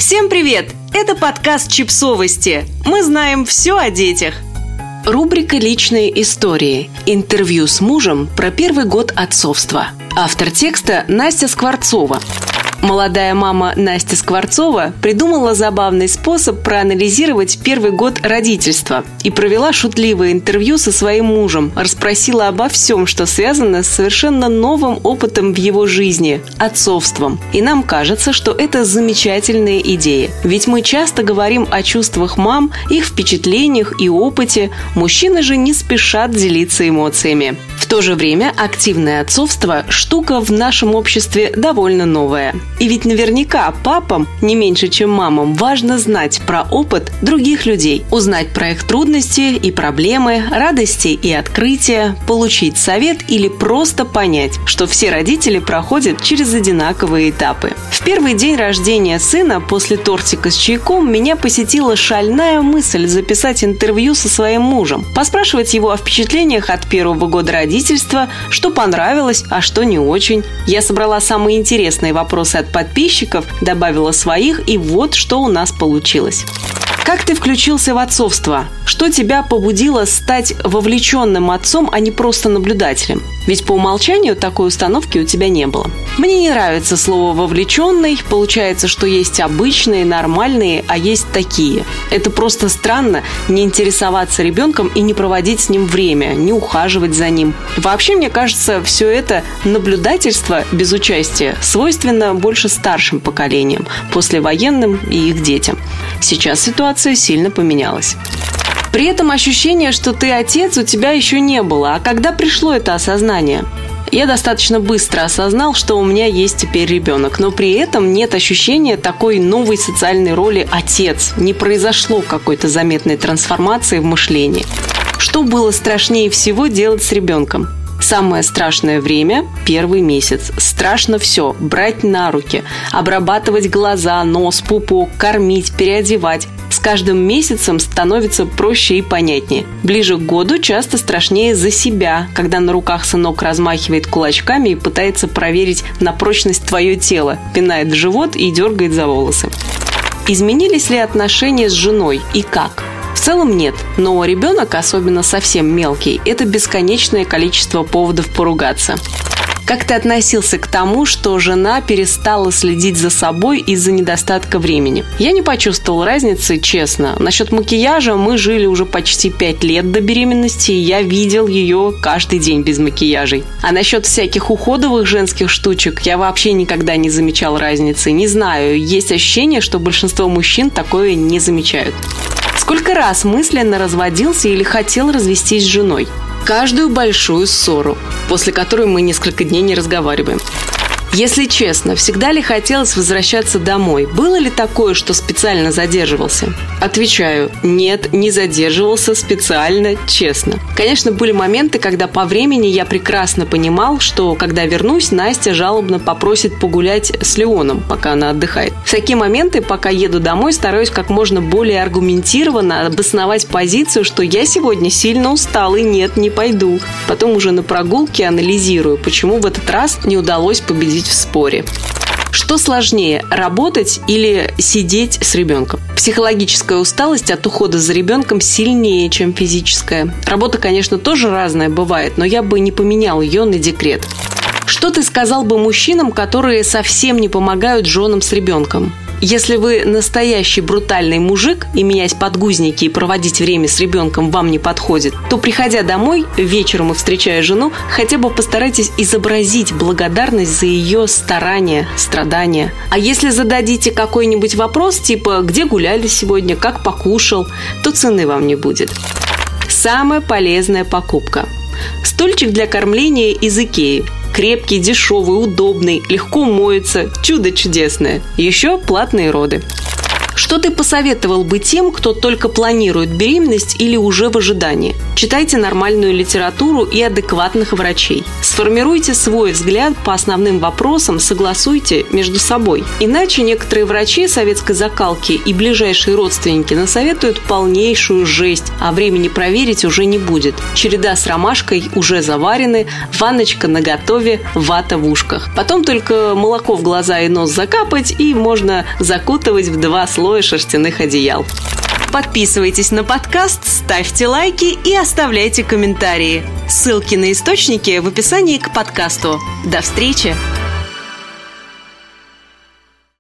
Всем привет! Это подкаст «Чипсовости». Мы знаем все о детях. Рубрика «Личные истории». Интервью с мужем про первый год отцовства. Автор текста Настя Скворцова. Молодая мама Настя Скворцова придумала забавный способ проанализировать первый год родительства и провела шутливое интервью со своим мужем, расспросила обо всем, что связано с совершенно новым опытом в его жизни – отцовством. И нам кажется, что это замечательная идея. Ведь мы часто говорим о чувствах мам, их впечатлениях и опыте. Мужчины же не спешат делиться эмоциями. В то же время активное отцовство – штука в нашем обществе довольно новая. И ведь наверняка папам, не меньше, чем мамам, важно знать про опыт других людей, узнать про их трудности и проблемы, радости и открытия, получить совет или просто понять, что все родители проходят через одинаковые этапы. В первый день рождения сына после тортика с чайком меня посетила шальная мысль записать интервью со своим мужем, поспрашивать его о впечатлениях от первого года родительства, что понравилось, а что не очень. Я собрала самые интересные вопросы от подписчиков, добавила своих, и вот что у нас получилось. Как ты включился в отцовство? Что тебя побудило стать вовлеченным отцом, а не просто наблюдателем? Ведь по умолчанию такой установки у тебя не было. Мне не нравится слово «вовлеченный». Получается, что есть обычные, нормальные, а есть такие. Это просто странно не интересоваться ребенком и не проводить с ним время, не ухаживать за ним. Вообще, мне кажется, все это наблюдательство без участия свойственно больше старшим поколениям, послевоенным и их детям. Сейчас ситуация сильно поменялась. При этом ощущение, что ты отец, у тебя еще не было. А когда пришло это осознание? Я достаточно быстро осознал, что у меня есть теперь ребенок, но при этом нет ощущения такой новой социальной роли «отец». Не произошло какой-то заметной трансформации в мышлении. Что было страшнее всего делать с ребенком? Самое страшное время – первый месяц. Страшно все – брать на руки, обрабатывать глаза, нос, пупок, кормить, переодевать. С каждым месяцем становится проще и понятнее. Ближе к году часто страшнее за себя, когда на руках сынок размахивает кулачками и пытается проверить на прочность твое тело, пинает живот и дергает за волосы. Изменились ли отношения с женой и как? В целом нет, но ребенок, особенно совсем мелкий, это бесконечное количество поводов поругаться. Как ты относился к тому, что жена перестала следить за собой из-за недостатка времени? Я не почувствовал разницы, честно. Насчет макияжа мы жили уже почти 5 лет до беременности, и я видел ее каждый день без макияжей. А насчет всяких уходовых женских штучек я вообще никогда не замечал разницы. Не знаю, есть ощущение, что большинство мужчин такое не замечают. Сколько раз мысленно разводился или хотел развестись с женой? Каждую большую ссору, после которой мы несколько дней не разговариваем. Если честно, всегда ли хотелось возвращаться домой? Было ли такое, что специально задерживался? Отвечаю, нет, не задерживался специально, честно. Конечно, были моменты, когда по времени я прекрасно понимал, что когда вернусь, Настя жалобно попросит погулять с Леоном, пока она отдыхает. В такие моменты, пока еду домой, стараюсь как можно более аргументированно обосновать позицию, что я сегодня сильно устал и нет, не пойду. Потом уже на прогулке анализирую, почему в этот раз не удалось победить в споре. Что сложнее, работать или сидеть с ребенком? Психологическая усталость от ухода за ребенком сильнее, чем физическая. Работа, конечно, тоже разная бывает, но я бы не поменял ее на декрет. Что ты сказал бы мужчинам, которые совсем не помогают женам с ребенком? Если вы настоящий брутальный мужик, и менять подгузники и проводить время с ребенком вам не подходит, то, приходя домой вечером и встречая жену, хотя бы постарайтесь изобразить благодарность за ее старания, страдания. А если зададите какой-нибудь вопрос, типа «Где гуляли сегодня?», «Как покушал?», то цены вам не будет. Самая полезная покупка. Стульчик для кормления из Икеи. Крепкий, дешевый, удобный, легко моется, чудо чудесное. Еще платные роды. Что ты посоветовал бы тем, кто только планирует беременность или уже в ожидании? Читайте нормальную литературу и адекватных врачей. Сформируйте свой взгляд по основным вопросам, согласуйте между собой. Иначе некоторые врачи советской закалки и ближайшие родственники насоветуют полнейшую жесть, а времени проверить уже не будет. Череда с ромашкой уже заварены, ванночка наготове, вата в ушках. Потом только молоко в глаза и нос закапать, и можно закутывать в 2 слоя шерстяных одеял. Подписывайтесь на подкаст, ставьте лайки и оставляйте комментарии. Ссылки на источники в описании к подкасту. До встречи!